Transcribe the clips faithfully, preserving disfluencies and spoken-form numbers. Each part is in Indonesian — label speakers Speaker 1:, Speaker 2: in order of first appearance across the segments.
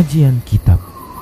Speaker 1: Kajian Kitab.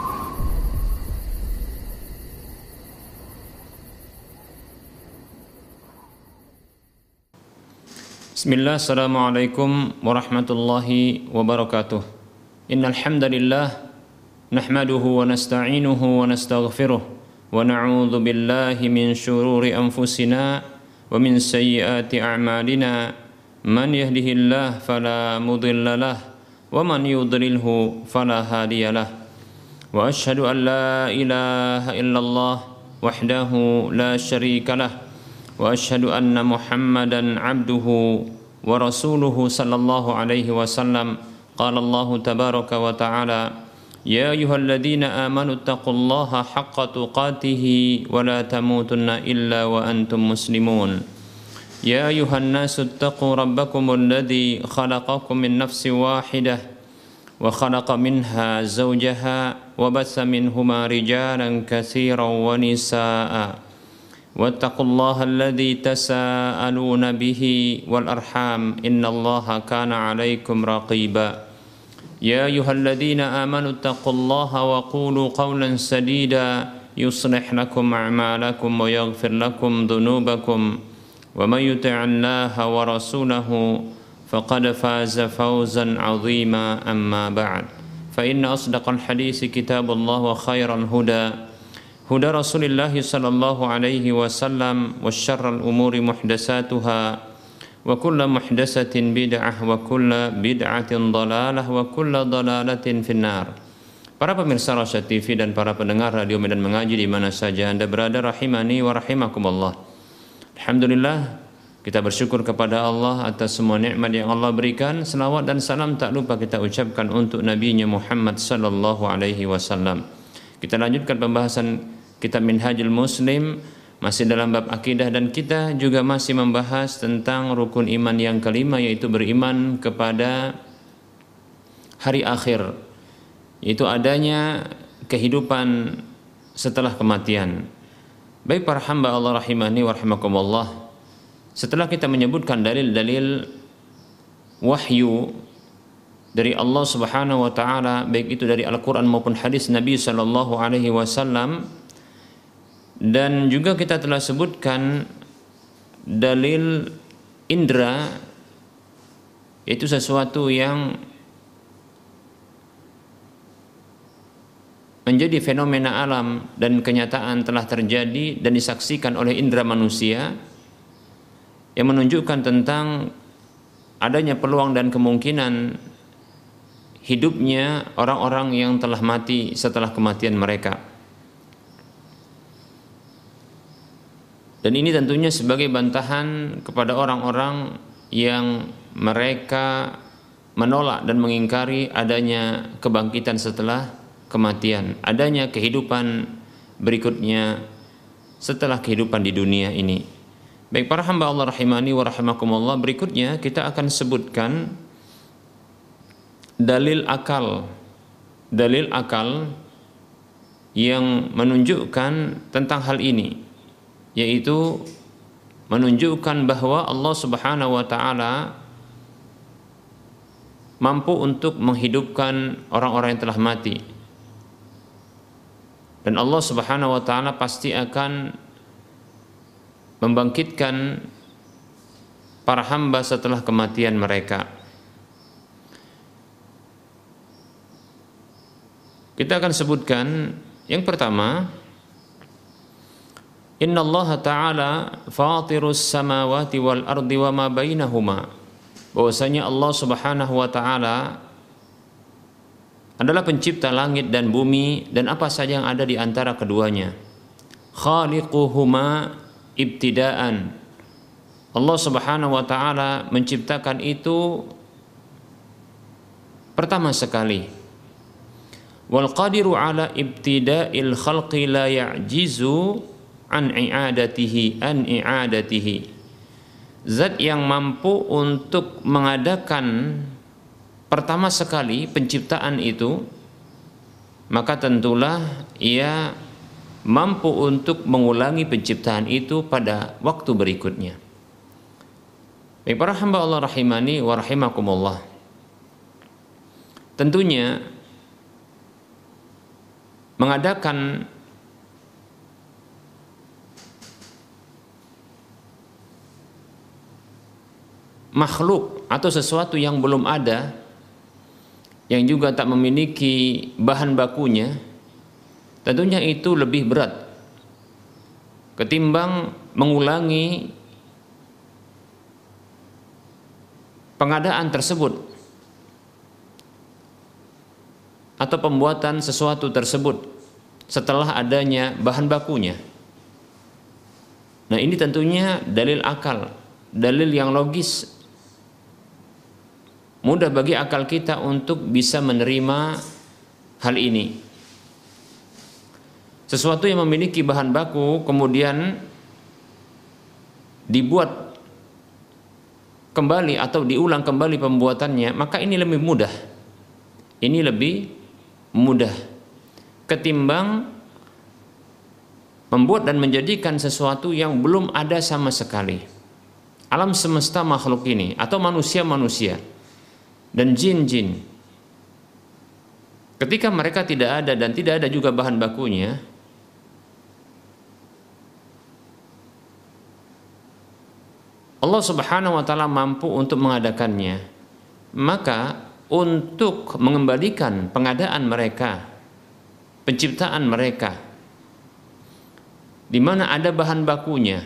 Speaker 2: Bismillah, assalamualaikum warahmatullahi wabarakatuh. Innal hamdalillah nahmaduhu wa nasta'inuhu wa nastaghfiruh wa na'udzu billahi min shururi anfusina wa min sayyiati a'malina. Man yahdihillahu fala mudhillalah wa man yudlilhu fala hadiyalah. Wa asyhadu an la ilaha illallah wahdahu la syarikalah wa asyhadu anna Muhammadan abduhu wa rasuluhu sallallahu alaihi wasallam. Qala Allah tabaraka wa ta'ala, ya ayyuhalladzina amanu taqullaha haqqa tuqatih wa la tamutunna illa wa antum muslimun. Ya ayyuhan nasu taqu rabbakumul ladzi khalaqakum min nafsin wahidah wa khalaqa minha zawjaha wa bassa minhuma rijalan katsiran wa nisaa'a. Wattaqullaha alladzi tasaaluna bihi wal arham innallaha kana 'alaikum raqiba. Ya ayyuhalladzina amanu taqullaha wa qulu qawlan sadida yuslih lakum a'malakum wa yaghfir lakum dhunubakum. Wa may yuti'illaha wa rasulahu faqad faza fawzan 'azima, amma ba'd. Fa inna asdaqal haditsi kitabullah wa khairal huda huda Rasulillah sallallahu alaihi wasallam wa syarrul umuri muhdatsatuha wa kullu muhdatsatin bid'ah wa kullu bid'atin dhalalah wa kullu dhalalatin finnar. Para pemirsa Rasyad T V dan para pendengar Radio Medan Mengaji di mana saja Anda berada, rahimani wa rahimakumullah. Alhamdulillah, kita bersyukur kepada Allah atas semua nikmat yang Allah berikan. Selawat dan salam tak lupa kita ucapkan untuk Nabi-Nya Muhammad sallallahu alaihi wasallam. Kita lanjutkan pembahasan kitab Minhajul Muslim, masih dalam bab akidah, dan kita juga masih membahas tentang rukun iman yang kelima, yaitu beriman kepada hari akhir, yaitu adanya kehidupan setelah kematian. Baik para hamba Allah rahimani wa rahimakumullah, setelah kita menyebutkan dalil-dalil wahyu dari Allah Subhanahu wa taala, baik itu dari Al-Qur'an maupun hadis Nabi sallallahu alaihi wasallam, dan juga kita telah sebutkan dalil indra, yaitu sesuatu yang menjadi fenomena alam dan kenyataan telah terjadi dan disaksikan oleh indera manusia, yang menunjukkan tentang adanya peluang dan kemungkinan hidupnya orang-orang yang telah mati setelah kematian mereka. Dan ini tentunya sebagai bantahan kepada orang-orang yang mereka menolak dan mengingkari adanya kebangkitan setelah kematian, adanya kehidupan berikutnya setelah kehidupan di dunia ini. Baik para hamba Allah rahimani wa rahimakumullah, berikutnya kita akan sebutkan dalil akal, dalil akal yang menunjukkan tentang hal ini, yaitu menunjukkan bahwa Allah Subhanahu wa taala mampu untuk menghidupkan orang-orang yang telah mati. Dan Allah Subhanahu wa taala pasti akan membangkitkan para hamba setelah kematian mereka. Kita akan sebutkan yang pertama, innallaha ta'ala fatirus samawati wal ardi wa ma bainahuma. Bahwasanya Allah Subhanahu wa taala adalah pencipta langit dan bumi dan apa saja yang ada di antara keduanya. Khaliquhuma ibtidaan. Allah Subhanahu wa taala menciptakan itu pertama sekali. Wal qadiru ala ibtida'il khalqi la ya'jizu an i'adatihi an i'adatihi. Zat yang mampu untuk mengadakan pertama sekali penciptaan itu, maka tentulah ia mampu untuk mengulangi penciptaan itu pada waktu berikutnya. Baik para hamba Allah rahimani wa rahimakumullah, tentunya mengadakan makhluk atau sesuatu yang belum ada, yang juga tak memiliki bahan bakunya, tentunya itu lebih berat ketimbang mengulangi pengadaan tersebut atau pembuatan sesuatu tersebut setelah adanya bahan bakunya. Nah, ini tentunya dalil akal, dalil yang logis, mudah bagi akal kita untuk bisa menerima hal ini. Sesuatu yang memiliki bahan baku kemudian dibuat kembali atau diulang kembali pembuatannya, maka ini lebih mudah. Ini lebih mudah ketimbang membuat dan menjadikan sesuatu yang belum ada sama sekali. Alam semesta makhluk ini atau manusia-manusia dan jin-jin, ketika mereka tidak ada dan tidak ada juga bahan bakunya, Allah Subhanahu wa taala mampu untuk mengadakannya. Maka untuk mengembalikan pengadaan mereka, penciptaan mereka, di mana ada bahan bakunya,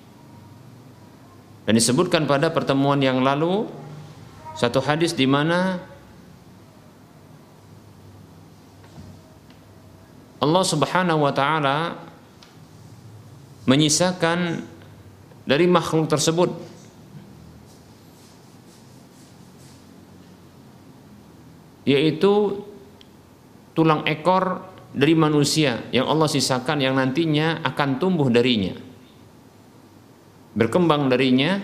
Speaker 2: dan disebutkan pada pertemuan yang lalu satu hadis di mana Allah Subhanahu wa taala menyisakan dari makhluk tersebut yaitu tulang ekor dari manusia yang Allah sisakan, yang nantinya akan tumbuh darinya, berkembang darinya,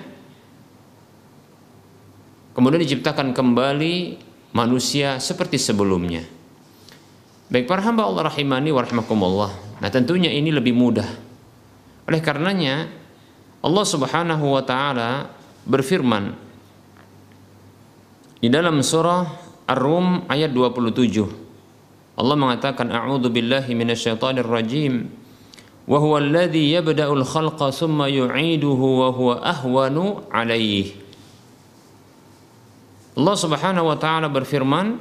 Speaker 2: kemudian diciptakan kembali manusia seperti sebelumnya. Baik para hamba Allah rahimani wa rahimakumullah. Nah, tentunya ini lebih mudah. Oleh karenanya Allah Subhanahu wa taala berfirman di dalam surah Ar-Rum ayat dua puluh tujuh. Allah mengatakan, a'udzu billahi minasyaitonir rajim. Wa huwa alladzi yabda'ul khalqa tsumma yu'iduhu wa huwa ahwanu 'alaihi. Allah Subhanahu wa taala berfirman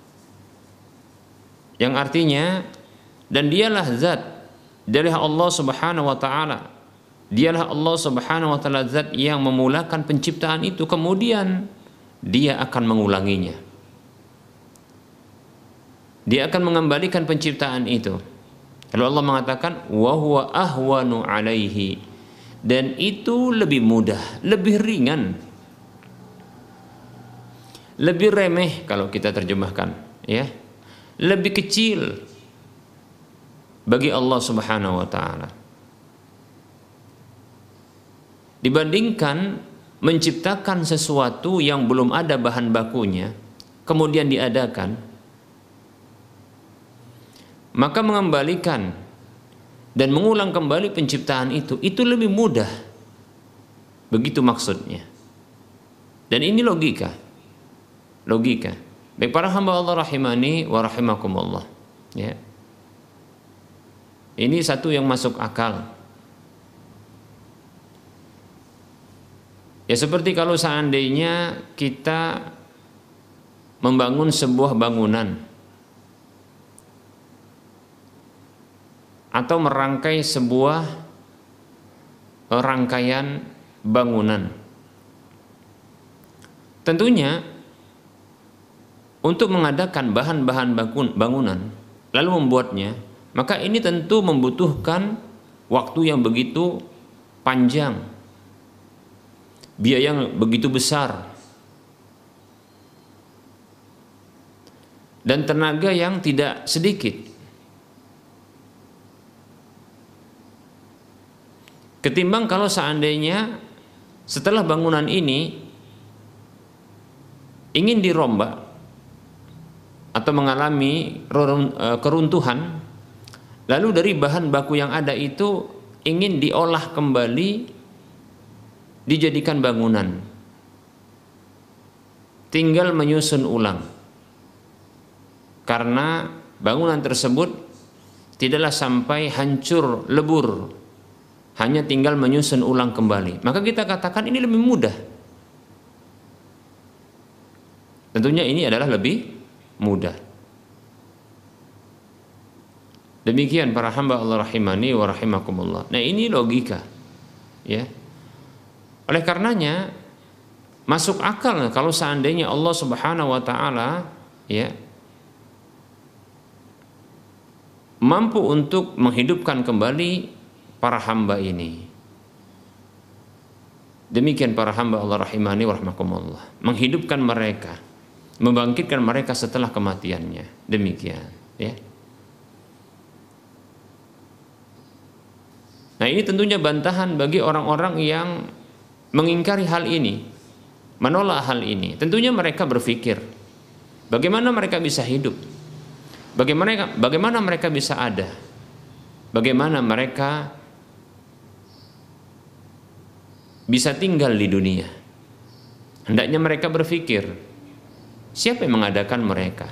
Speaker 2: yang artinya, dan dialah zat, dialah Allah Subhanahu wa taala, dialah Allah Subhanahu wa taala zat yang memulakan penciptaan itu, kemudian dia akan mengulanginya. Dia akan mengembalikan penciptaan itu. Lalu Allah mengatakan wa huwa ahwanu 'alaihi, dan itu lebih mudah, lebih ringan, lebih remeh kalau kita terjemahkan, ya. Lebih kecil bagi Allah Subhanahu wa taala dibandingkan menciptakan sesuatu yang belum ada bahan bakunya kemudian diadakan. Maka mengembalikan dan mengulang kembali penciptaan itu, itu lebih mudah. Begitu maksudnya. Dan ini logika. Logika. Baik para hamba Allah rahimani wa rahimakumullah. Ya. Ini satu yang masuk akal. Ya, seperti kalau seandainya kita membangun sebuah bangunan atau merangkai sebuah rangkaian bangunan. Tentunya untuk mengadakan bahan-bahan bangunan lalu membuatnya, maka ini tentu membutuhkan waktu yang begitu panjang, biaya yang begitu besar, dan tenaga yang tidak sedikit. Ketimbang kalau seandainya setelah bangunan ini ingin dirombak atau mengalami keruntuhan, lalu dari bahan baku yang ada itu ingin diolah kembali, dijadikan bangunan, tinggal menyusun ulang, karena bangunan tersebut tidaklah sampai hancur lebur, hanya tinggal menyusun ulang kembali. Maka kita katakan ini lebih mudah. Tentunya ini adalah lebih mudah. Demikian para hamba Allah rahimani wa rahimakumullah. Nah, ini logika, ya. Oleh karenanya masuk akal kalau seandainya Allah Subhanahu wa taala, ya, mampu untuk menghidupkan kembali para hamba ini. Demikian para hamba Allah rahimani wa rahimakumullah. Menghidupkan mereka, membangkitkan mereka setelah kematiannya. Demikian, ya. Nah, ini tentunya bantahan bagi orang-orang yang mengingkari hal ini, menolak hal ini. Tentunya mereka berpikir, bagaimana mereka bisa hidup? Bagaimana bagaimana mereka bisa ada? Bagaimana mereka bisa tinggal di dunia? Hendaknya mereka berpikir, siapa yang mengadakan mereka?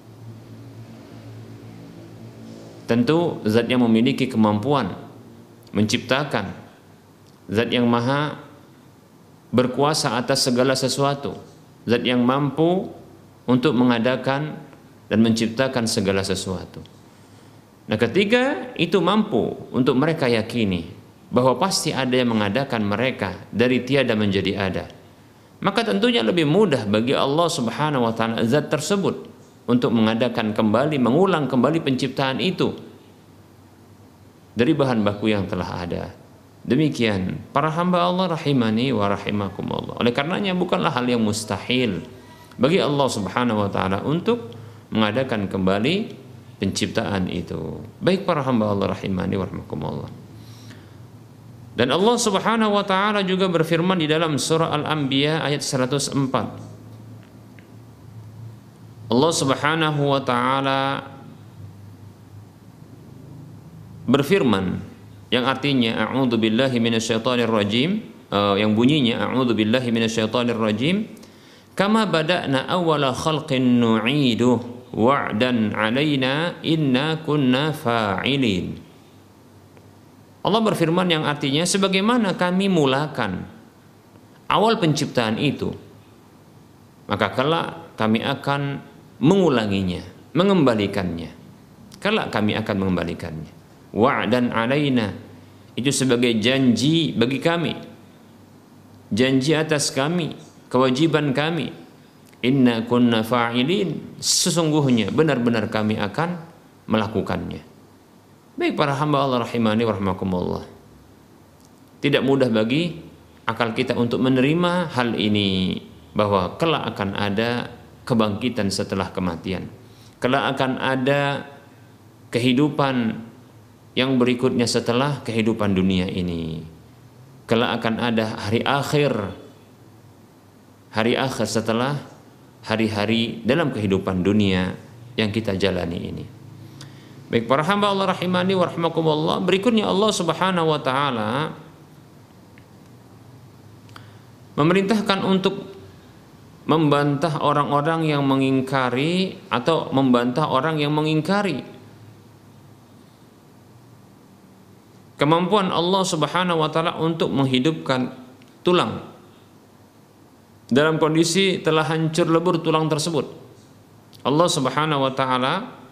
Speaker 2: Tentu zat yang memiliki kemampuan menciptakan, zat yang maha berkuasa atas segala sesuatu, zat yang mampu untuk mengadakan dan menciptakan segala sesuatu. Nah, ketika itu mampu untuk mereka yakini bahwa pasti ada yang mengadakan mereka dari tiada menjadi ada, maka tentunya lebih mudah bagi Allah Subhanahu wa taala zat tersebut untuk mengadakan kembali, mengulang kembali penciptaan itu dari bahan baku yang telah ada. Demikian para hamba Allah rahimani wa rahimakumullah. Oleh karenanya bukanlah hal yang mustahil bagi Allah Subhanahu wa taala untuk mengadakan kembali penciptaan itu. Baik para hamba Allah rahimani wa rahimakumullah. Dan Allah Subhanahu wa taala juga berfirman di dalam surah Al-Anbiya ayat seratus empat. Allah Subhanahu wa taala berfirman yang artinya a'udzubillahi minasyaitonirrajim, uh, yang bunyinya a'udzubillahi minasyaitonirrajim, kama bada'na awwala khalqin nu'iduh wa'dan 'alaina inna kunna fa'ilin. Allah berfirman yang artinya sebagaimana kami mulakan awal penciptaan itu, maka kelak kami akan mengulanginya, mengembalikannya. Kelak kami akan mengembalikannya. Wa'dan alaina, itu sebagai janji bagi kami, janji atas kami, kewajiban kami. Inna kunna fa'ilin, sesungguhnya benar-benar kami akan melakukannya. Baik para hamba Allah rahimani wa rahimakumullah, tidak mudah bagi akal kita untuk menerima hal ini, bahwa kelak akan ada kebangkitan setelah kematian, kelak akan ada kehidupan yang berikutnya setelah kehidupan dunia ini, kelak akan ada hari akhir, hari akhir setelah hari-hari dalam kehidupan dunia yang kita jalani ini. Baik para hamba Allah rahimani wa rahimakumullah, berikutnya Allah Subhanahu wa taala memerintahkan untuk membantah orang-orang yang mengingkari atau membantah orang yang mengingkari kemampuan Allah Subhanahu wa taala untuk menghidupkan tulang dalam kondisi telah hancur lebur tulang tersebut. Allah Subhanahu wa taala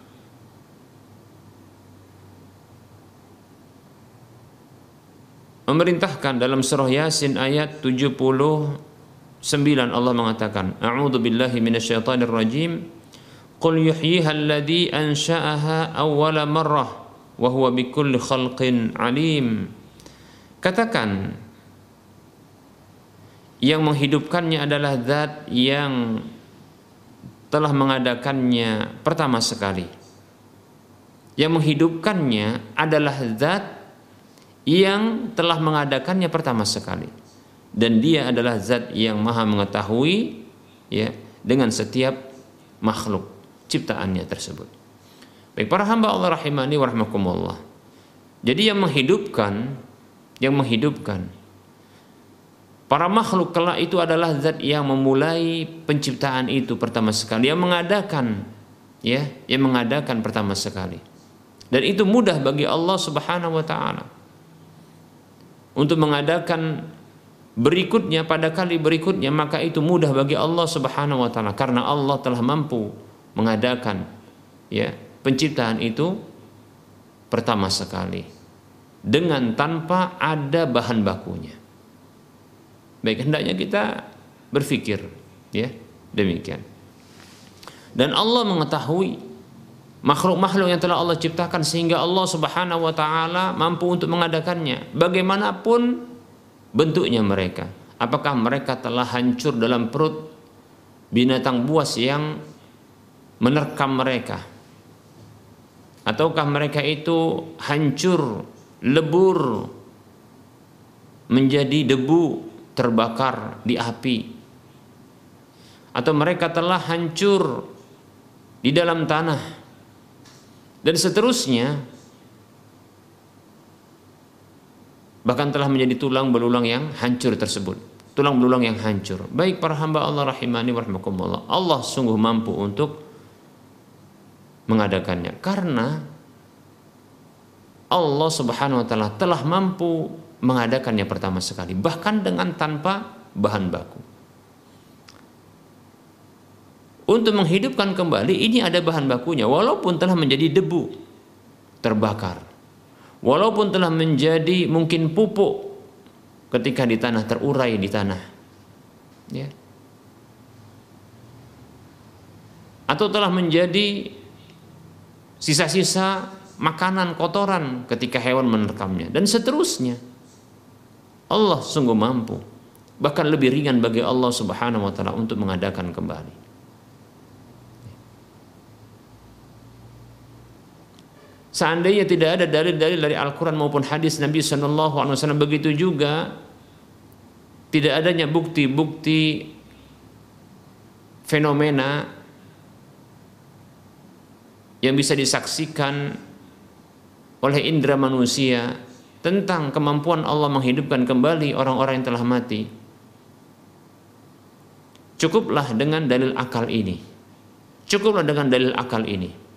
Speaker 2: memerintahkan dalam surah Yasin ayat tujuh puluh sembilan, Allah mengatakan, A'udzu billahi minasyaitonir rajim. Qul yuhyiha alladzi ansha'aha awwala marrah wa huwa bikulli khalqin alim. Katakan, yang menghidupkannya adalah zat yang telah mengadakannya pertama sekali. Yang menghidupkannya adalah zat yang telah mengadakannya pertama sekali, dan dia adalah zat yang maha mengetahui, ya, dengan setiap makhluk ciptaannya tersebut. Baik para hamba Allah rahimani wa rahimakumullah, jadi yang menghidupkan yang menghidupkan para makhluk kelak itu adalah zat yang memulai penciptaan itu pertama sekali, yang mengadakan, ya, yang mengadakan pertama sekali. Dan itu mudah bagi Allah Subhanahu wa taala untuk mengadakan berikutnya pada kali berikutnya, maka itu mudah bagi Allah Subhanahu wa taala karena Allah telah mampu mengadakan ya penciptaan itu pertama sekali dengan tanpa ada bahan bakunya. Baik, hendaknya kita berpikir ya demikian. Dan Allah mengetahui makhluk-makhluk yang telah Allah ciptakan sehingga Allah Subhanahu wa taala mampu untuk mengadakannya bagaimanapun bentuknya mereka. Apakah mereka telah hancur dalam perut binatang buas yang menerkam mereka, ataukah mereka itu hancur lebur menjadi debu terbakar di api, atau mereka telah hancur di dalam tanah dan seterusnya, bahkan telah menjadi tulang belulang yang hancur tersebut, tulang belulang yang hancur. Baik para hamba Allah rahimani wa rahimakumullah, Allah sungguh mampu untuk mengadakannya karena Allah Subhanahu wa taala telah mampu mengadakannya pertama sekali, bahkan dengan tanpa bahan baku. Untuk menghidupkan kembali ini ada bahan bakunya, walaupun telah menjadi debu terbakar, walaupun telah menjadi mungkin pupuk ketika di tanah, terurai di tanah ya, atau telah menjadi sisa-sisa makanan kotoran ketika hewan menerkamnya dan seterusnya. Allah sungguh mampu, bahkan lebih ringan bagi Allah Subhanahu wa taala untuk mengadakan kembali. Seandainya tidak ada dalil-dalil dari Al-Quran maupun hadis Nabi Sallallahu Alaihi Wasallam, begitu juga tidak adanya bukti-bukti fenomena yang bisa disaksikan oleh indera manusia tentang kemampuan Allah menghidupkan kembali orang-orang yang telah mati. Cukuplah dengan dalil akal ini, cukuplah dengan dalil akal ini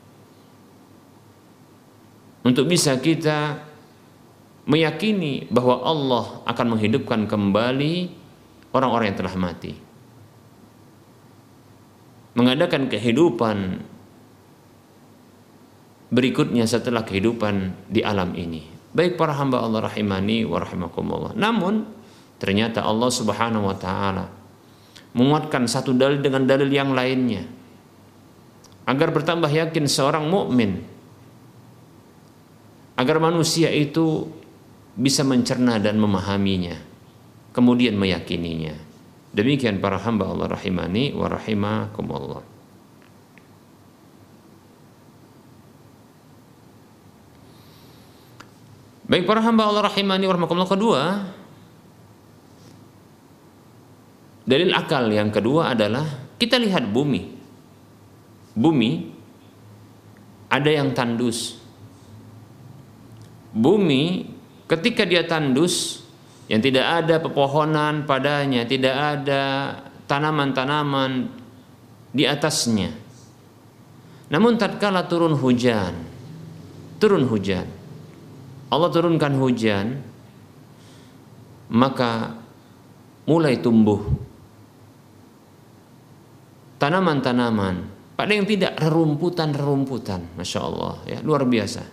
Speaker 2: untuk bisa kita meyakini bahwa Allah akan menghidupkan kembali orang-orang yang telah mati, mengadakan kehidupan berikutnya setelah kehidupan di alam ini. Baik para hamba Allah rahimani wa rahimakumullah. Namun ternyata Allah Subhanahu wa taala menguatkan satu dalil dengan dalil yang lainnya agar bertambah yakin seorang mukmin, agar manusia itu bisa mencerna dan memahaminya, kemudian meyakininya. Demikian para hamba Allah rahimani wa rahimakumullah. Baik para hamba Allah rahimani wa rahimakumullah, kedua, dalil akal yang kedua adalah kita lihat bumi. Bumi ada yang tandus. Bumi ketika dia tandus, yang tidak ada pepohonan padanya, tidak ada tanaman-tanaman di atasnya. Namun tatkala turun hujan, turun hujan, Allah turunkan hujan, maka mulai tumbuh tanaman-tanaman, pada yang tidak rerumputan-rerumputan, masya Allah, ya luar biasa.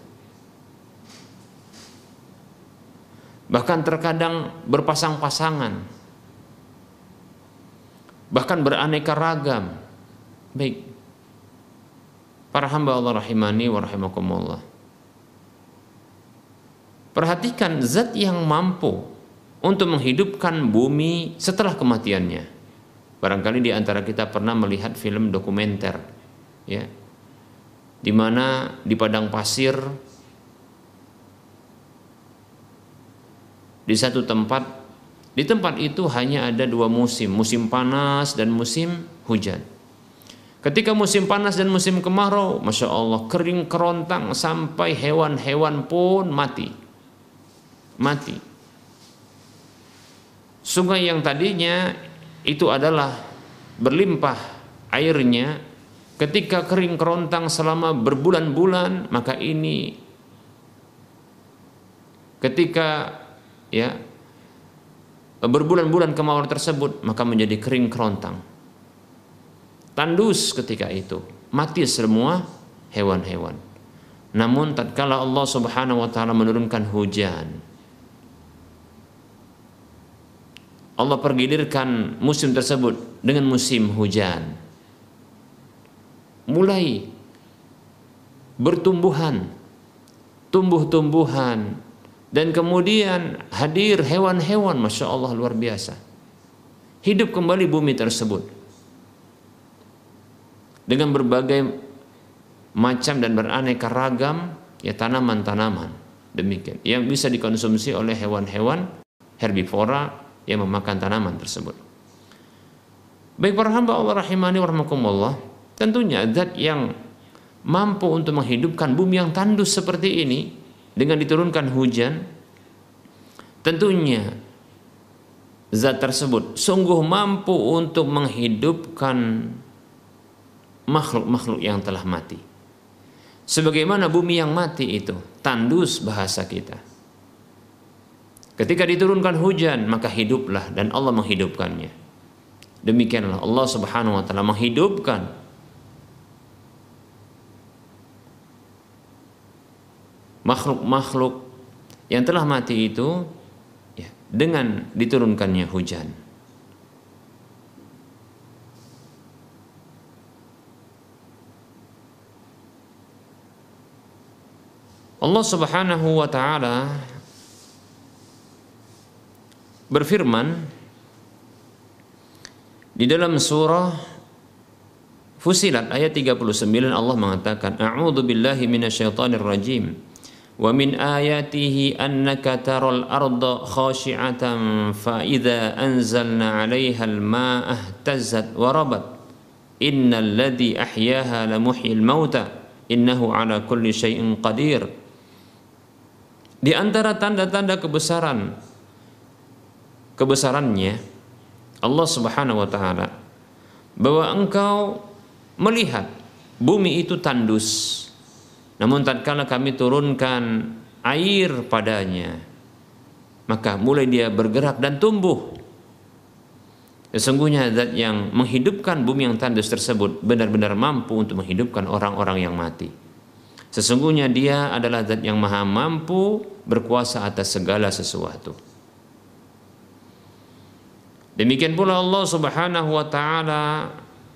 Speaker 2: Bahkan terkadang berpasang-pasangan, bahkan beraneka ragam. Baik para hamba Allah rahimani wa rahimakumullah, perhatikan zat yang mampu untuk menghidupkan bumi setelah kematiannya. Barangkali di antara kita pernah melihat film dokumenter ya, di mana di padang pasir di satu tempat, di tempat itu hanya ada dua musim, musim panas dan musim hujan. Ketika musim panas dan musim kemarau, masya Allah, kering kerontang sampai hewan-hewan pun mati, mati. Sungai yang tadinya itu adalah berlimpah airnya, ketika kering kerontang selama berbulan-bulan, maka ini ketika ya berbulan-bulan kemawar tersebut, maka menjadi kering kerontang, tandus ketika itu, mati semua hewan-hewan. Namun tatkala Allah Subhanahu wa taala menurunkan hujan, Allah pergilirkan musim tersebut dengan musim hujan, mulai bertumbuhan, tumbuh-tumbuhan, dan kemudian hadir hewan-hewan, Masya Allah, luar biasa. Hidup kembali bumi tersebut dengan berbagai macam dan beraneka ragam ya tanaman-tanaman demikian yang bisa dikonsumsi oleh hewan-hewan herbivora yang memakan tanaman tersebut. Baik para hamba Allah rahimani wa rahmakumullah, tentunya zat yang mampu untuk menghidupkan bumi yang tandus seperti ini dengan diturunkan hujan, tentunya zat tersebut sungguh mampu untuk menghidupkan makhluk-makhluk yang telah mati. Sebagaimana bumi yang mati itu tandus bahasa kita. Ketika diturunkan hujan, maka hiduplah, dan Allah menghidupkannya. Demikianlah Allah Subhanahu wa taala menghidupkan makhluk-makhluk yang telah mati itu ya, dengan diturunkannya hujan. Allah Subhanahu wa taala berfirman di dalam surah Fussilat ayat tiga puluh sembilan, Allah mengatakan, A'udzu billahi minasyaitonir rajim. Wa min ayatihi annaka taral arda khashi'atan fa idza anzalna 'alaiha al-ma'a ihtazzat wa rabat. Innal ladzi ahyaha la muhyil mauta innahu 'ala kulli syai'in qadir. Di antara tanda-tanda kebesaran kebesarannya Allah Subhanahu wa taala, bahwa engkau melihat bumi itu tandus, namun tatkala kami turunkan air padanya, maka mulai dia bergerak dan tumbuh. Sesungguhnya zat yang menghidupkan bumi yang tandus tersebut benar-benar mampu untuk menghidupkan orang-orang yang mati. Sesungguhnya dia adalah zat yang maha mampu berkuasa atas segala sesuatu. Demikian pula Allah Subhanahu wa taala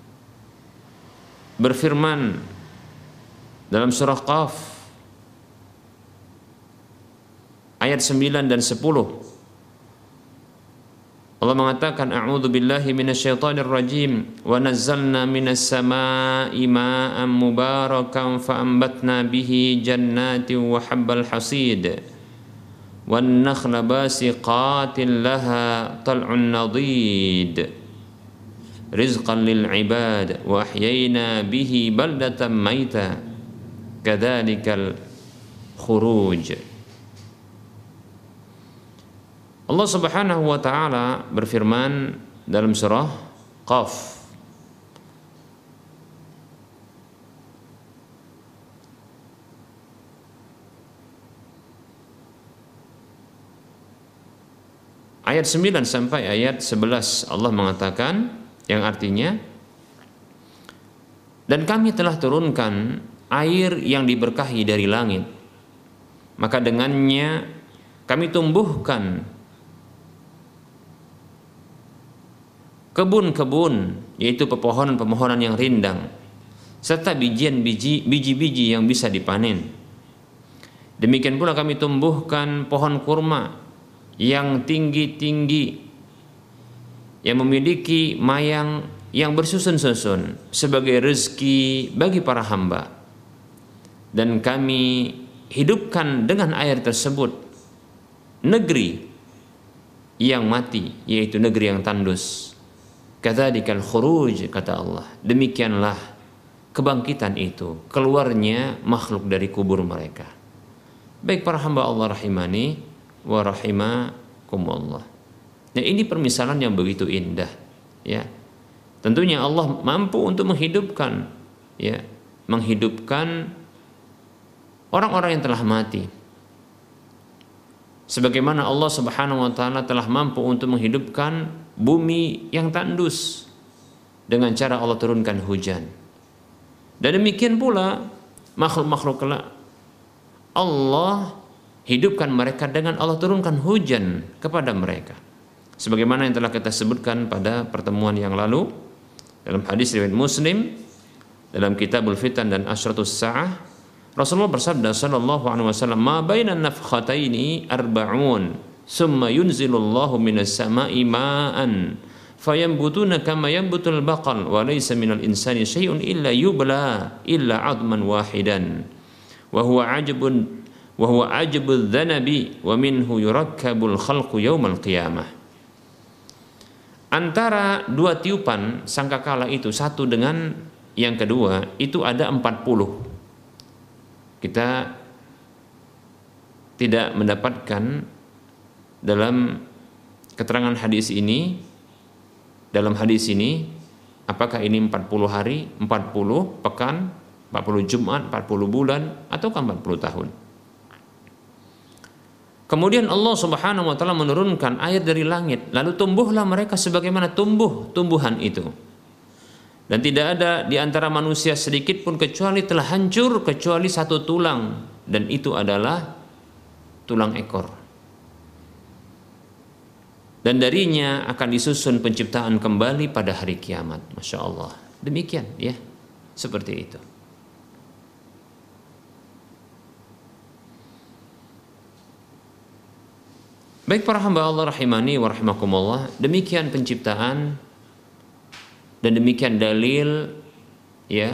Speaker 2: berfirman dalam surah Qaf ayat sembilan dan sepuluh. Allah mengatakan, A'udzu billahi minasyaitonir rajim, wa nazzalna minas samaa'i ma'an mubarakan fa'ambatna bihi jannatin wa habbal hasid wan nakhla basiqatin laha tal'un nadid rizqan lil ibad wa ahyayna bihi baldatan maita kadzalikal khuruj. Allah Subhanahu wa taala berfirman dalam surah Qaf ayat sembilan sampai ayat sebelas. Allah mengatakan, yang artinya, dan kami telah turunkan air yang diberkahi dari langit, maka dengannya kami tumbuhkan kebun-kebun, yaitu pepohonan-pepohonan yang rindang, serta bijian biji biji-biji yang bisa dipanen. Demikian pula kami tumbuhkan pohon kurma yang tinggi-tinggi, yang memiliki mayang yang bersusun-susun sebagai rezeki bagi para hamba. Dan kami hidupkan dengan air tersebut negeri yang mati, yaitu negeri yang tandus. Kadzadzikal khuruj, kata Allah, demikianlah kebangkitan itu, keluarnya makhluk dari kubur mereka. Baik para hamba Allah rahimani wa rahimakumullah. Nah, ini permisalan yang begitu indah, ya. Tentunya Allah mampu untuk menghidupkan, ya, menghidupkan orang-orang yang telah mati. Sebagaimana Allah Subhanahu wa taala telah mampu untuk menghidupkan bumi yang tandus dengan cara Allah turunkan hujan. Dan demikian pula makhluk-makhluk kelak Allah hidupkan mereka dengan Allah turunkan hujan kepada mereka. Sebagaimana yang telah kita sebutkan pada pertemuan yang lalu dalam hadis riwayat Muslim dalam Kitabul Fitan dan Asyratus Sa'ah, Rasulullah bersabda sallallahu alaihi wasallam, "Ma baina nafkhataini arba'un, summa yunzilullahu minas sama'i ma'an, fayambutuna kama yambutul baqal, wa laysa minal insani syai'un illa yubla illa 'adman wahidan, wa huwa 'ajbun wa huwa 'ajbudz dzanabi, wa minhu yurakkabul khalqu yaumal qiyamah." Antara dua tiupan sangkakala itu, satu dengan yang kedua, itu ada empat puluh. Kita tidak mendapatkan dalam keterangan hadis ini, dalam hadis ini, apakah ini empat puluh hari, empat puluh pekan, empat puluh Jumat, empat puluh bulan, atau empat puluh tahun. Kemudian Allah Subhanahu wa taala menurunkan air dari langit, lalu tumbuhlah mereka sebagaimana tumbuh tumbuhan itu. Dan tidak ada di antara manusia sedikit pun kecuali telah hancur kecuali satu tulang, dan itu adalah tulang ekor. Dan darinya akan disusun penciptaan kembali pada hari kiamat. Masya Allah. Demikian ya, seperti itu. Baik para hamba Allah rahimani wa rahimakumullah, demikian penciptaan dan demikian dalil ya,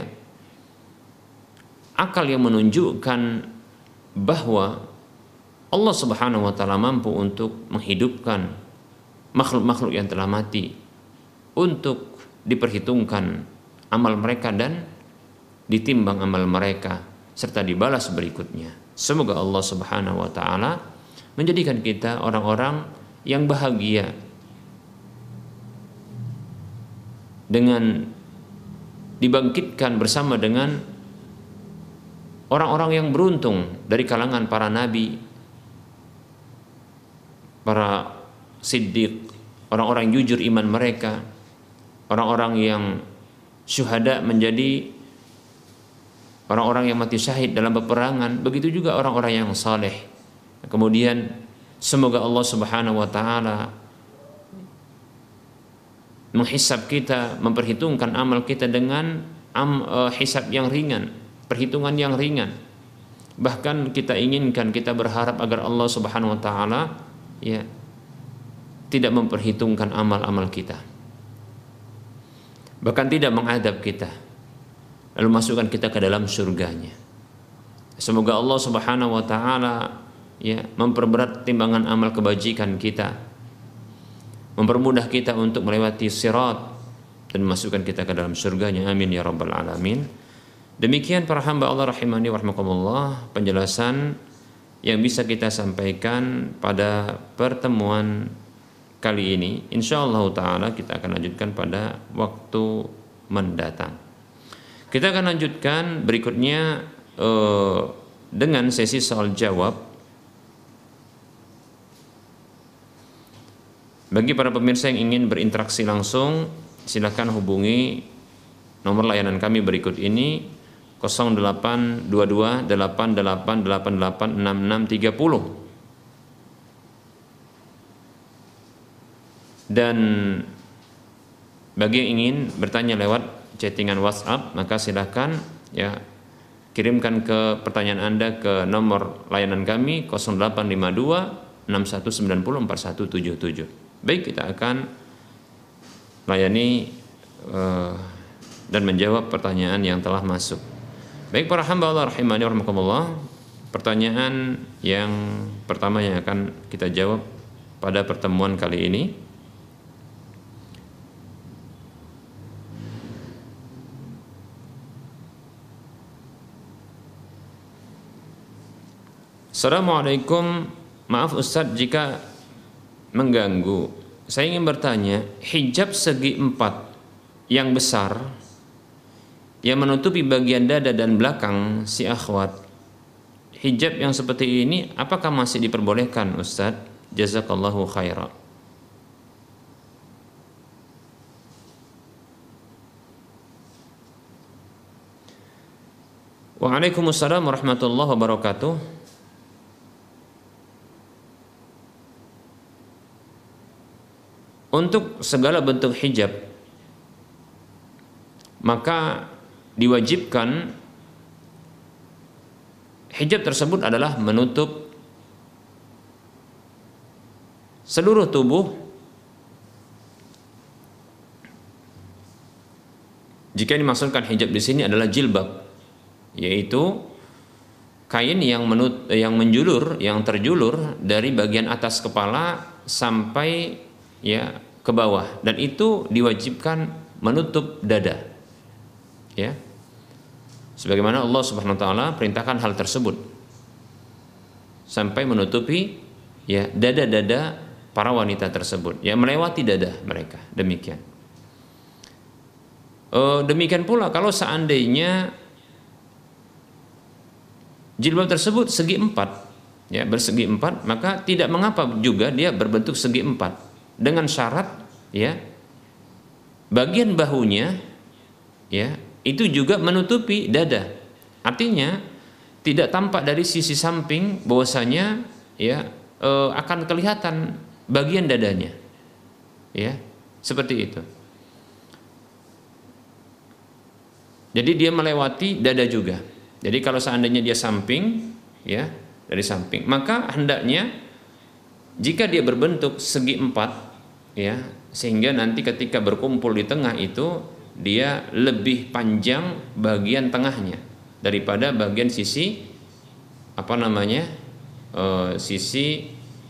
Speaker 2: akal yang menunjukkan bahwa Allah Subhanahu wa taala mampu untuk menghidupkan makhluk-makhluk yang telah mati untuk diperhitungkan amal mereka dan ditimbang amal mereka serta dibalas berikutnya. Semoga Allah Subhanahu wa taala menjadikan kita orang-orang yang bahagia dengan dibangkitkan bersama dengan orang-orang yang beruntung dari kalangan para nabi, para siddiq, orang-orang yang jujur iman mereka, orang-orang yang syuhada menjadi orang-orang yang mati syahid dalam peperangan, begitu juga orang-orang yang saleh. Kemudian semoga Allah Subhanahu wa taala menghisab kita, memperhitungkan amal kita dengan am, uh, hisab yang ringan, perhitungan yang ringan. Bahkan kita inginkan, kita berharap agar Allah Subhanahu wa taala ya tidak memperhitungkan amal-amal kita, bahkan tidak mengadab kita, lalu masukkan kita ke dalam surganya. Semoga Allah Subhanahu wa taala ya memperberat timbangan amal kebajikan kita, mempermudah kita untuk melewati sirat dan memasukkan kita ke dalam surganya. Amin ya rabbal alamin. Demikian para hamba Allah rahimani wa rahimakumullah, penjelasan yang bisa kita sampaikan pada pertemuan kali ini. Insyaallah taala kita akan lanjutkan pada waktu mendatang. Kita akan lanjutkan berikutnya eh, dengan sesi soal jawab. Bagi para pemirsa yang ingin berinteraksi langsung, silakan hubungi nomor layanan kami berikut ini, nol delapan dua dua delapan delapan delapan delapan enam enam tiga nol. Dan bagi yang ingin bertanya lewat chattingan WhatsApp, maka silakan ya kirimkan ke pertanyaan Anda ke nomor layanan kami nol delapan lima dua enam satu sembilan nol empat satu tujuh tujuh. Baik, kita akan layani uh, dan menjawab pertanyaan yang telah masuk. Baik para hamba Allah rahimani wa rahimakumullah, pertanyaan yang pertama yang akan kita jawab pada pertemuan kali ini. Assalamualaikum, maaf Ustadz jika mengganggu. Saya ingin bertanya, hijab segi empat yang besar yang menutupi bagian dada dan belakang si akhwat, hijab yang seperti ini apakah masih diperbolehkan Ustaz? Jazakallahu khairan. Waalaikumsalam warahmatullahi wabarakatuh. Untuk segala bentuk hijab maka diwajibkan hijab tersebut adalah menutup seluruh tubuh. Jika dimaksudkan hijab di sini adalah jilbab, yaitu kain yang menut, yang menjulur, yang terjulur dari bagian atas kepala sampai ya ke bawah, dan itu diwajibkan menutup dada. Ya. Sebagaimana Allah Subhanahu wa taala perintahkan hal tersebut sampai menutupi ya dada-dada para wanita tersebut, ya melewati dada mereka, demikian. E, demikian pula kalau seandainya jilbab tersebut segi empat, ya bersegi empat, maka tidak mengapa juga dia berbentuk segi empat, dengan syarat ya bagian bahunya ya itu juga menutupi dada. Artinya tidak tampak dari sisi samping bahwasanya ya e, akan kelihatan bagian dadanya. Ya, seperti itu. Jadi dia melewati dada juga. Jadi kalau seandainya dia samping ya, dari samping, maka hendaknya jika dia berbentuk segi empat ya, sehingga nanti ketika berkumpul di tengah itu dia lebih panjang bagian tengahnya daripada bagian sisi apa namanya e, sisi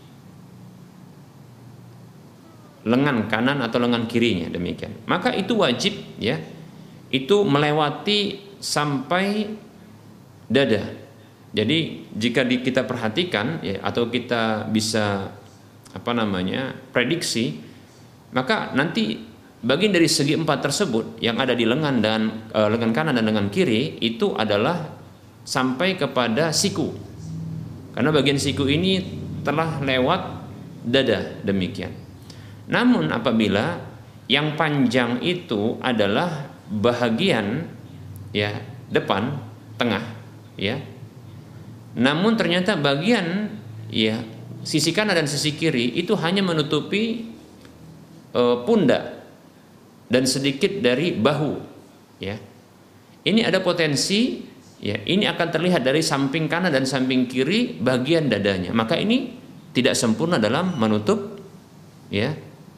Speaker 2: lengan kanan atau lengan kirinya, demikian. Maka itu wajib ya, itu melewati sampai dada. Jadi jika di, kita perhatikan ya, atau kita bisa apa namanya prediksi, maka nanti bagian dari segi empat tersebut yang ada di lengan dan e, lengan kanan dan lengan kiri itu adalah sampai kepada siku, karena bagian siku ini telah lewat dada, demikian. Namun apabila yang panjang itu adalah bahagian ya depan tengah ya, namun ternyata bagian ya sisi kanan dan sisi kiri itu hanya menutupi e, pundak dan sedikit dari bahu ya, ini ada potensi ya ini akan terlihat dari samping kanan dan samping kiri bagian dadanya, maka ini tidak sempurna dalam menutup ya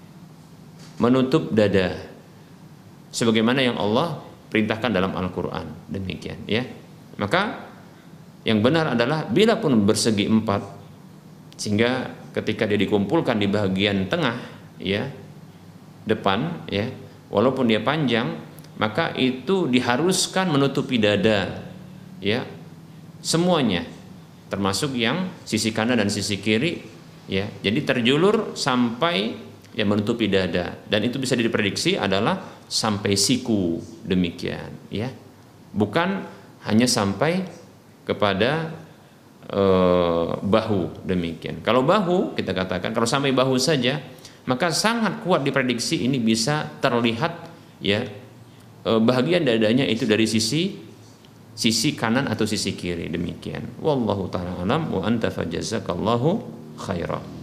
Speaker 2: menutup dada sebagaimana yang Allah perintahkan dalam Al-Quran, demikian ya. Maka yang benar adalah bila pun bersegi empat, sehingga ketika dia dikumpulkan di bagian tengah ya depan ya, walaupun dia panjang, maka itu diharuskan menutupi dada ya semuanya, termasuk yang sisi kanan dan sisi kiri ya. Jadi terjulur sampai ya menutupi dada, dan itu bisa diprediksi adalah sampai siku, demikian ya. Bukan hanya sampai kepada e, bahu, demikian. Kalau bahu kita katakan kalau sampai bahu saja, maka sangat kuat diprediksi ini bisa terlihat ya e, bahagian dadanya itu dari sisi sisi kanan atau sisi kiri, demikian. Wallahu ta'ala alam wa anta fajazakallahu khairan.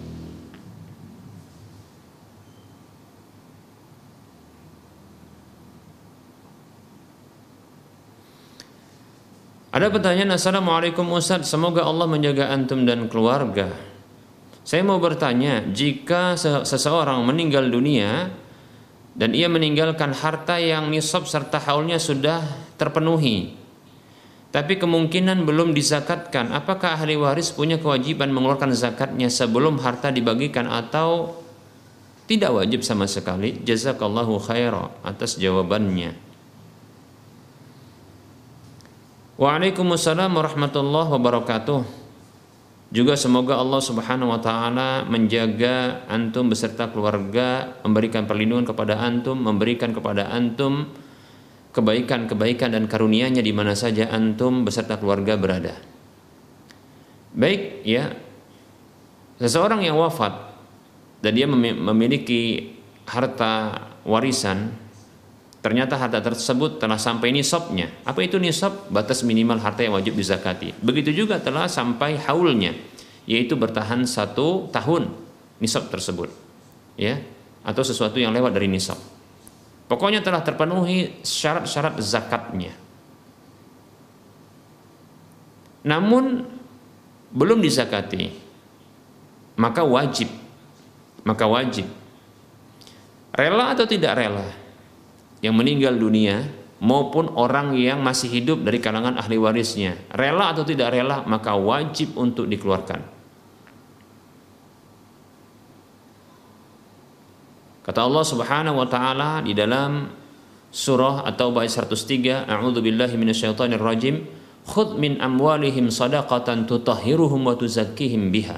Speaker 2: Ada pertanyaan, Assalamualaikum Ustaz, semoga Allah menjaga antum dan keluarga. Saya mau bertanya, jika seseorang meninggal dunia dan ia meninggalkan harta yang nisab serta haulnya sudah terpenuhi, tapi kemungkinan belum dizakatkan, apakah ahli waris punya kewajiban mengeluarkan zakatnya sebelum harta dibagikan atau tidak wajib sama sekali? Jazakallahu khairan atas jawabannya. Waalaikumsalam warahmatullahi wabarakatuh. Juga semoga Allah Subhanahu wa taala menjaga antum beserta keluarga, memberikan perlindungan kepada antum, memberikan kepada antum kebaikan-kebaikan dan karunia-Nya di mana saja antum beserta keluarga berada. Baik, ya. Seseorang yang wafat dan dia memiliki harta warisan, ternyata harta tersebut telah sampai nisabnya. Apa itu nisab? Batas minimal harta yang wajib dizakati. Begitu juga telah sampai haulnya, yaitu bertahan satu tahun nisab tersebut, ya, atau sesuatu yang lewat dari nisab. Pokoknya telah terpenuhi syarat-syarat zakatnya. Namun belum dizakati, maka wajib, maka wajib. Rela atau tidak rela, yang meninggal dunia maupun orang yang masih hidup dari kalangan ahli warisnya, rela atau tidak rela, maka wajib untuk dikeluarkan. Kata Allah Subhanahu wa taala di dalam surah At-Taubah ayat seratus tiga, A'udzubillahi minasyaitonir rajim, khudh min amwalihim shadaqatan tutahhiruhum wa tuzakkihim biha.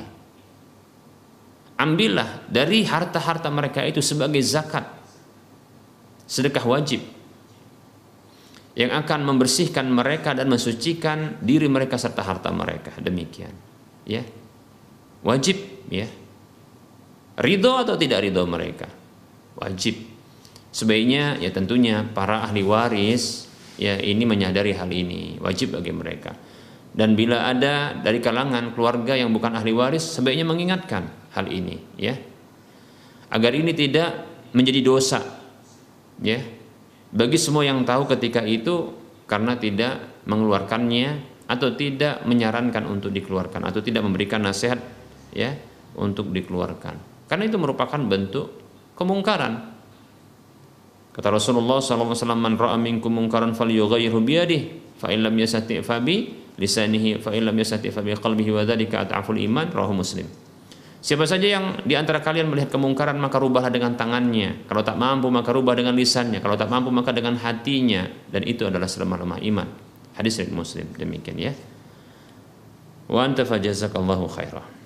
Speaker 2: Ambillah dari harta-harta mereka itu sebagai zakat, sedekah wajib, yang akan membersihkan mereka dan mensucikan diri mereka serta harta mereka. Demikian, ya, wajib, ya. Ridho atau tidak ridho mereka, wajib. Sebaiknya ya tentunya para ahli waris ya ini menyadari hal ini, wajib bagi mereka. Dan bila ada dari kalangan keluarga yang bukan ahli waris, sebaiknya mengingatkan hal ini, ya, agar ini tidak menjadi dosa, ya, bagi semua yang tahu ketika itu karena tidak mengeluarkannya atau tidak menyarankan untuk dikeluarkan atau tidak memberikan nasihat, ya, untuk dikeluarkan. Karena itu merupakan bentuk kemungkaran. Kata Rasulullah sallallahu alaihi wasallam, "Man ra'a minkum munkaran falyughayyirhu bi yadihi, fa in lam yastati' fa bi lisanihi, fa in lam yastati' fa bi qalbihi wa dzalika ad'aful iman." Rawahu Muslim. Siapa saja yang di antara kalian melihat kemungkaran, maka rubahlah dengan tangannya. Kalau tak mampu, maka rubah dengan lisannya. Kalau tak mampu, maka dengan hatinya. Dan itu adalah selemah-lemah iman. Hadis riwayat Muslim. Demikian, ya. Wa anta fajazakallahu khairah.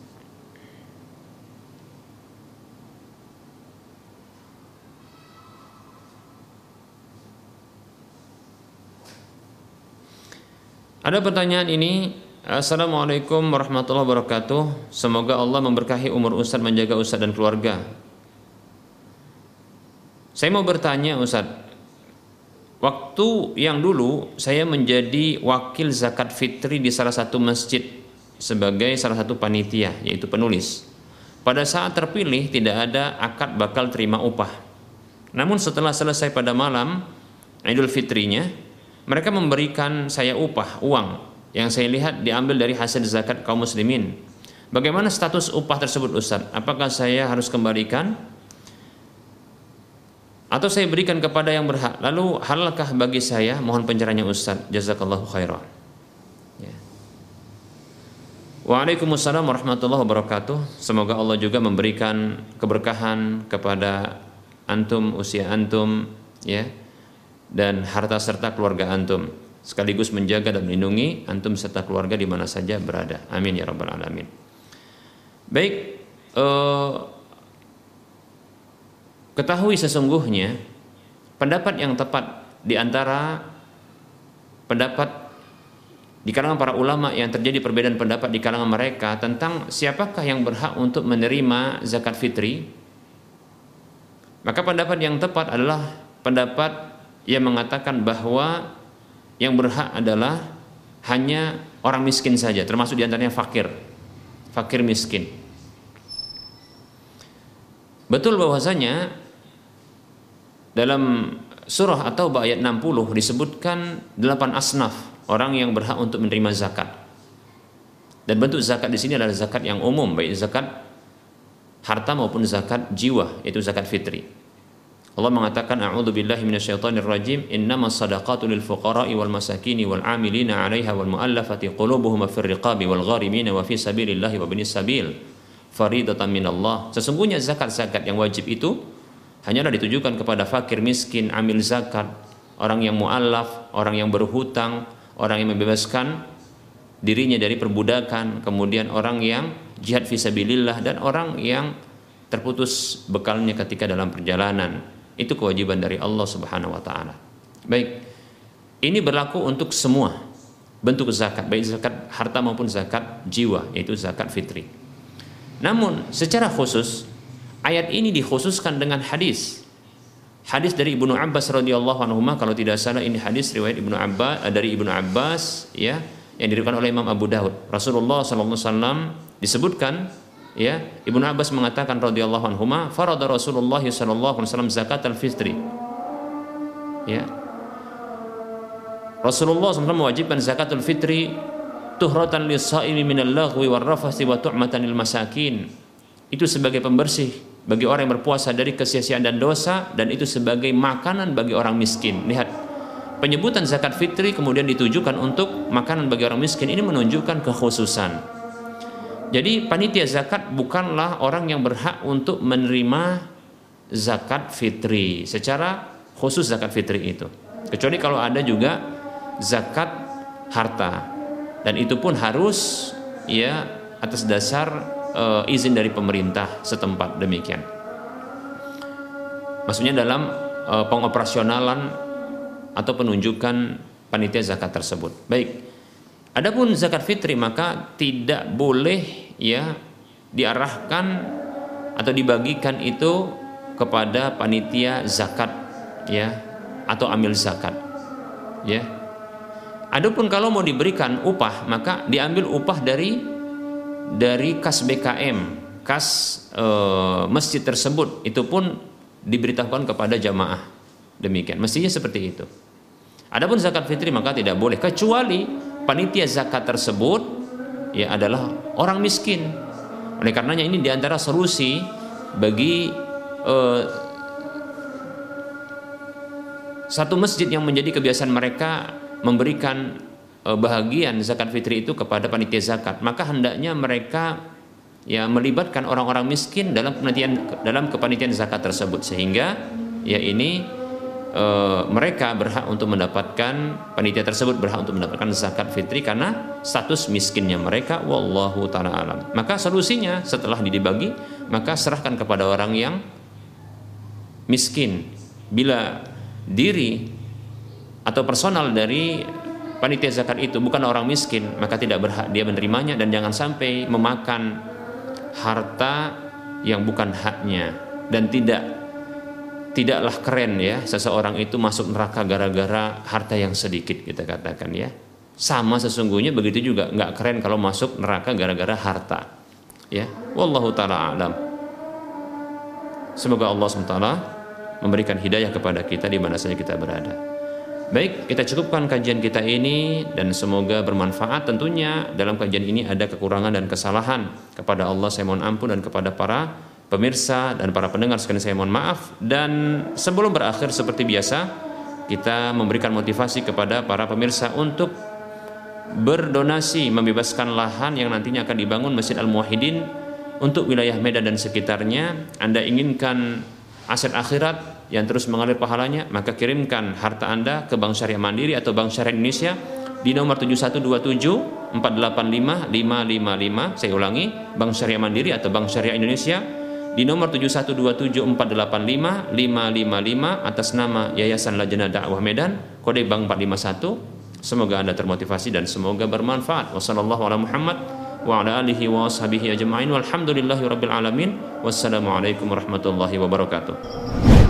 Speaker 2: Ada pertanyaan ini, Assalamualaikum warahmatullahi wabarakatuh. Semoga Allah memberkahi umur Ustadz, menjaga Ustadz dan keluarga. Saya mau bertanya Ustadz, waktu yang dulu saya menjadi wakil zakat fitri di salah satu masjid sebagai salah satu panitia, yaitu penulis. Pada saat terpilih tidak ada akad bakal terima upah. Namun setelah selesai pada malam Idul Fitrinya, mereka memberikan saya upah, uang yang saya lihat diambil dari hasil zakat kaum muslimin. Bagaimana status upah tersebut Ustaz? Apakah saya harus kembalikan atau saya berikan kepada yang berhak? Lalu halalkah bagi saya? Mohon pencerahannya Ustaz. Jazakallahu khairan. Ya. Waalaikumsalam warahmatullahi wabarakatuh. Semoga Allah juga memberikan keberkahan kepada antum, usia antum, ya, dan harta serta keluarga antum, sekaligus menjaga dan melindungi antum serta keluarga di mana saja berada. Amin ya rabbal alamin. Baik, eh, ketahui sesungguhnya pendapat yang tepat di antara pendapat di kalangan para ulama yang terjadi perbedaan pendapat di kalangan mereka tentang siapakah yang berhak untuk menerima zakat fitri, maka pendapat yang tepat adalah pendapat yang mengatakan bahwa yang berhak adalah hanya orang miskin saja, termasuk diantaranya fakir, fakir miskin. Betul bahwasanya dalam surah At-Taubah ayat enam puluh disebutkan delapan asnaf orang yang berhak untuk menerima zakat. Dan bentuk zakat di sini adalah zakat yang umum, baik zakat harta maupun zakat jiwa, yaitu zakat fitri. Allah mengatakan, a'udzubillahi minasyaitonir rajim, innamas shadaqatu lil fuqara'i wal masakini wal 'amilina 'alaiha wal mu'allafati qulubuhum fir riqabi wal gharimina wa fi sabilillahi wa binis sabil faridatan minallah. Sesungguhnya zakat-zakat yang wajib itu hanyalah ditujukan kepada fakir miskin, amil zakat, orang yang mu'allaf, orang yang berhutang, orang yang membebaskan dirinya dari perbudakan, kemudian orang yang jihad fisabilillah, dan orang yang terputus bekalnya ketika dalam perjalanan. Itu kewajiban dari Allah Subhanahu wa taala. Baik. Ini berlaku untuk semua, bentuk zakat, baik zakat harta maupun zakat jiwa, yaitu zakat fitri. Namun secara khusus ayat ini dikhususkan dengan hadis. Hadis dari Ibnu Abbas radhiyallahu anhu, kalau tidak salah ini hadis riwayat Ibnu Abbas dari Ibnu Abbas ya, yang diriwayatkan oleh Imam Abu Daud. Rasulullah sallallahu alaihi wasallam disebutkan ya, Ibnu Abbas mengatakan radhiyallahu anhu, farada Rasulullah sallallahu alaihi wasallam zakat al-fitri. Ya. Rasulullah sallallahu alaihi wasallam mewajibkan zakatul fitri tuhratan lis-shaimi minal laghwi war-rafathi wa tu'matan lil masakin. Itu sebagai pembersih bagi orang yang berpuasa dari kesia-siaan dan dosa, dan itu sebagai makanan bagi orang miskin. Lihat, penyebutan zakat fitri kemudian ditujukan untuk makanan bagi orang miskin, ini menunjukkan kekhususan. Jadi panitia zakat bukanlah orang yang berhak untuk menerima zakat fitri secara khusus, zakat fitri itu, kecuali kalau ada juga zakat harta, dan itu pun harus ya atas dasar uh, izin dari pemerintah setempat, demikian. Maksudnya dalam uh, pengoperasionalan atau penunjukan panitia zakat tersebut. Baik. Adapun zakat fitri maka tidak boleh ya diarahkan atau dibagikan itu kepada panitia zakat ya atau amil zakat ya. Adapun kalau mau diberikan upah maka diambil upah dari dari kas B K M, kas e, masjid tersebut, itu pun diberitahukan kepada jamaah, demikian, mestinya seperti itu. Adapun zakat fitri maka tidak boleh kecuali panitia zakat tersebut ya adalah orang miskin. Oleh karenanya ini diantara solusi bagi e, satu masjid yang menjadi kebiasaan mereka memberikan e, bahagian zakat fitri itu kepada panitia zakat, maka hendaknya mereka ya melibatkan orang-orang miskin dalam penelitian dalam kepanitiaan zakat tersebut, sehingga ya ini e, mereka berhak untuk mendapatkan, panitia tersebut berhak untuk mendapatkan zakat fitri karena status miskinnya mereka. Wallahu ta'ala alam. Maka solusinya setelah dibagi maka serahkan kepada orang yang miskin. Bila diri atau personal dari panitia zakat itu bukan orang miskin, maka tidak berhak dia menerimanya, dan jangan sampai memakan harta yang bukan haknya. Dan tidak tidaklah keren ya seseorang itu masuk neraka gara-gara harta yang sedikit, kita katakan ya. Sama sesungguhnya begitu juga nggak keren kalau masuk neraka gara-gara harta ya. Wallahu ta'ala alam. Semoga Allah subhanahu wa taala memberikan hidayah kepada kita di mana saja kita berada. Baik, kita cukupkan kajian kita ini dan semoga bermanfaat. Tentunya dalam kajian ini ada kekurangan dan kesalahan. Kepada Allah saya mohon ampun, dan kepada para pemirsa dan para pendengar sekalian saya mohon maaf. Dan sebelum berakhir seperti biasa, kita memberikan motivasi kepada para pemirsa untuk berdonasi membebaskan lahan yang nantinya akan dibangun Masjid Al-Muwahhidin untuk wilayah Medan dan sekitarnya. Anda inginkan aset akhirat yang terus mengalir pahalanya, maka kirimkan harta Anda ke Bank Syariah Mandiri atau Bank Syariah Indonesia di nomor tujuh satu dua tujuh empat delapan lima lima lima lima. Saya ulangi, Bank Syariah Mandiri atau Bank Syariah Indonesia di nomor tujuh satu dua tujuh empat delapan lima lima lima lima atas nama Yayasan Lajnah Dakwah Medan, kode bank empat lima satu. Semoga Anda termotivasi dan semoga bermanfaat. Wassallallahu ala Muhammad wa ala alihi wa ashabihi ajma'in walhamdulillahi rabbil alamin. Wassalamualaikum warahmatullahi wabarakatuh.